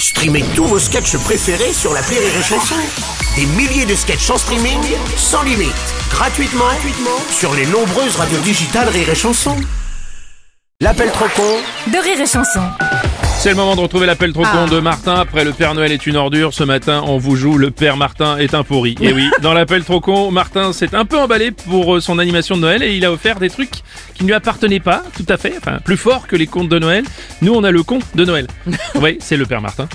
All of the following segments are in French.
Streamez tous vos sketchs préférés sur l'appli Rire et Chanson. Des milliers de sketchs en streaming, sans limite, gratuitement sur les nombreuses radios digitales Rire et Chanson. L'appel trop con de Rire et Chanson. C'est le moment de retrouver l'appel trop con de Martin. Après le Père Noël est une ordure, ce matin on vous joue le Père Martin est un pourri. Et oui, dans l'appel trop con, Martin s'est un peu emballé pour son animation de Noël et il a offert des trucs qui ne lui appartenaient pas, tout à fait, enfin plus fort que les contes de Noël. Nous on a le con de Noël. Oui, c'est le Père Martin.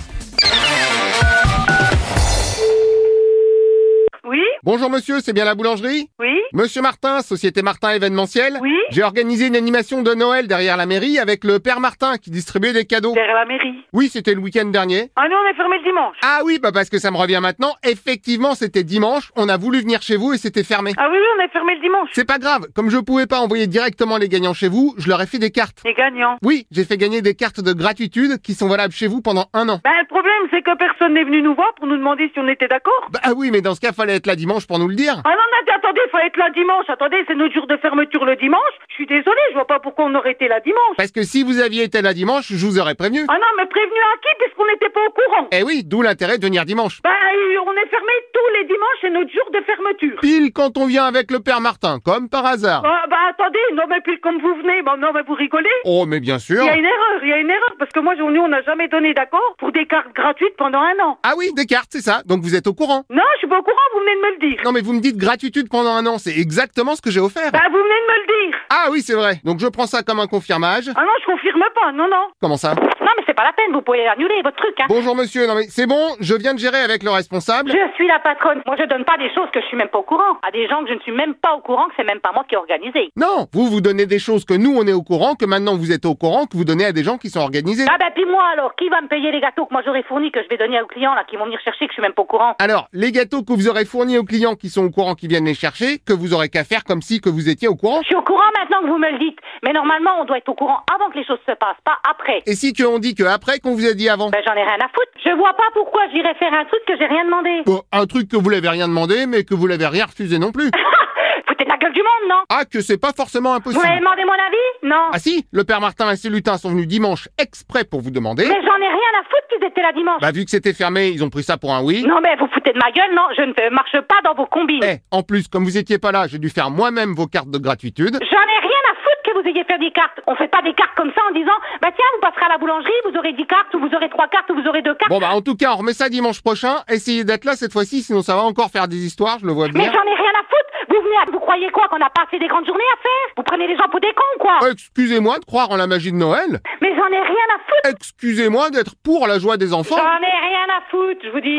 Oui, Bonjour monsieur, c'est bien la boulangerie? oui, Monsieur Martin, Société Martin événementiel? Oui. J'ai organisé une animation de Noël derrière la mairie avec le Père Martin qui distribuait des cadeaux. derrière la mairie. Oui, c'était le week-end dernier. Ah non, on est fermé le dimanche. Ah oui, bah parce que ça me revient maintenant. Effectivement, c'était dimanche, on a voulu venir chez vous et c'était fermé. Ah oui, on est fermé le dimanche. C'est pas grave, comme je pouvais pas envoyer directement les gagnants chez vous, je leur ai fait des cartes. Les gagnants. Oui, j'ai fait gagner des cartes de gratuitude qui sont valables chez vous pendant 1 an. Ben, le problème, c'est que personne n'est venu nous voir pour nous demander si on était d'accord. Bah oui, mais dans ce cas, fallait être là dimanche pour nous le dire. Ah non, attendez, faut être là dimanche. Attendez, c'est notre jour de fermeture le dimanche. Je suis désolée, je vois pas pourquoi on aurait été là dimanche. Parce que si vous aviez été là dimanche, je vous aurais prévenu. Ah non, mais prévenu à qui puisqu'on n'était pas au courant? Eh oui, d'où l'intérêt de venir dimanche. Ben, on est fermé tous les dimanches, c'est notre jour de fermeture. Pile quand on vient avec le Père Martin, comme par hasard. Ah, bah attendez, non mais puis comme vous venez, bon non mais vous rigolez. Oh, mais bien sûr. Il y a une erreur, parce que moi, nous, on n'a jamais donné d'accord pour des cartes gratuites pendant 1 an. Ah oui, des cartes, c'est ça. Donc vous êtes au courant. Non, je suis pas au courant, vous venez de me le dire. Non, mais vous me dites gratuitude pendant 1 an, c'est exactement ce que j'ai offert. Bah, vous venez de me le dire. Ah oui, c'est vrai. Donc je prends ça comme un confirmage. Ah non, je confirme pas, non. Comment ça? Non, mais c'est pas la peine, vous pouvez annuler votre truc, hein. Bonjour monsieur, non mais c'est bon, je viens de gérer avec le responsable. Je suis la patronne. Moi, je donne pas des choses que je suis même pas au courant. À des gens que je ne suis même pas au courant, que c'est même pas moi qui ai organisé. Non, vous donnez des choses que nous on est au courant, que maintenant vous êtes au courant, que vous donnez à des gens qui sont organisés. Ah ben, puis moi alors, qui va me payer les gâteaux que moi j'aurais fournis, que je vais donner aux clients là, qui vont venir chercher, que je suis même pas au courant? Alors, les gâteaux que vous aurez fournis aux clients qui sont au courant, qui viennent les chercher, que vous aurez qu'à faire comme si que vous étiez au courant. Je suis au courant maintenant que vous me le dites. Mais normalement, on doit être au courant avant que les choses se passent, pas après. Et si on dit que après qu'on vous a dit avant? Ben, j'en ai rien à foutre. Je vois pas pourquoi j'irais faire un truc que j'ai rien demandé. Bon, un truc que vous l'avez rien demandé, mais que vous l'avez rien refusé non plus. Foutez de la gueule du monde, non? Ah, que c'est pas forcément Vous impossible. m'avez demandé mon avis? Non. Ah si, le Père Martin et ses lutins sont venus dimanche exprès pour vous demander. Mais j'en ai rien à foutre qu'ils étaient là dimanche. Bah vu que c'était fermé, ils ont pris ça pour un oui. Non mais vous foutez de ma gueule, non, je ne marche pas dans vos combines. Eh, en plus, comme vous étiez pas là, j'ai dû faire moi-même vos cartes de gratuitude. J'en ai rien à foutre que vous ayez fait des cartes. On fait pas des cartes comme ça en disant, bah tiens, vous passerez à la boulangerie, vous aurez 10 cartes, ou vous aurez 3 cartes, ou vous aurez 2 cartes. Bon bah en tout cas, on remet ça dimanche prochain. Essayez d'être là cette fois-ci, sinon ça va encore faire des histoires, je le vois Mais bien. j'en ai rien à foutre. Vous venez, vous croyez quoi, qu'on a pas assez des grandes journées à faire? Vous prenez les gens pour des cons, quoi. Excusez-moi de croire en la magie de Noël. Mais j'en ai rien à foutre. Excusez-moi d'être pour la joie des enfants. J'en ai rien à foutre, je vous dis.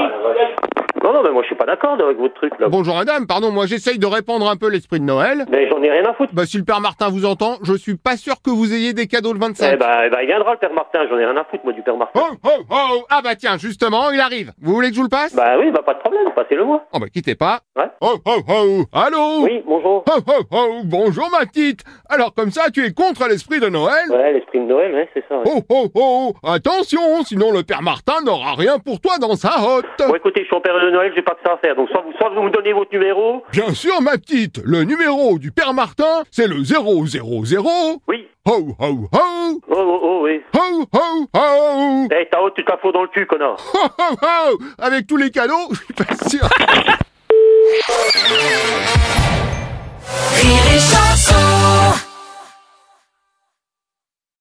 Non, mais moi je suis pas d'accord avec votre truc là. Bonjour madame, pardon, moi j'essaye de répandre un peu l'esprit de Noël. Mais j'en ai rien à foutre. Bah si le Père Martin vous entend, je suis pas sûr que vous ayez des cadeaux le 25. Eh bah, il viendra le Père Martin, j'en ai rien à foutre moi du Père Martin. Oh oh oh. Ah bah tiens, justement, il arrive. Vous voulez que je vous le passe? Bah oui, bah pas de problème, passez-le moi. Oh bah quittez pas. Ouais. Oh oh oh. Allô? Oui, bonjour. Oh oh oh. Bonjour ma petite. Alors comme ça, tu es contre l'esprit de Noël? Ouais, l'esprit de Noël, ouais, c'est ça. Ouais. Oh oh oh. Attention, sinon le Père Martin n'aura rien pour toi dans sa hotte. Bon écoutez, je suis en période de Noël, j'ai pas que ça à faire, donc soit vous me donnez votre numéro. Bien sûr ma petite, le numéro du Père Martin, c'est le 000. Oui. Ho ho ho. Oh, oh, oh, oui. Ho ho ho. Eh, ta haute, tu t'as faux dans le cul, connard. Ho ho ho. Avec tous les cadeaux, je suis pas sûr. Rire et Chanson.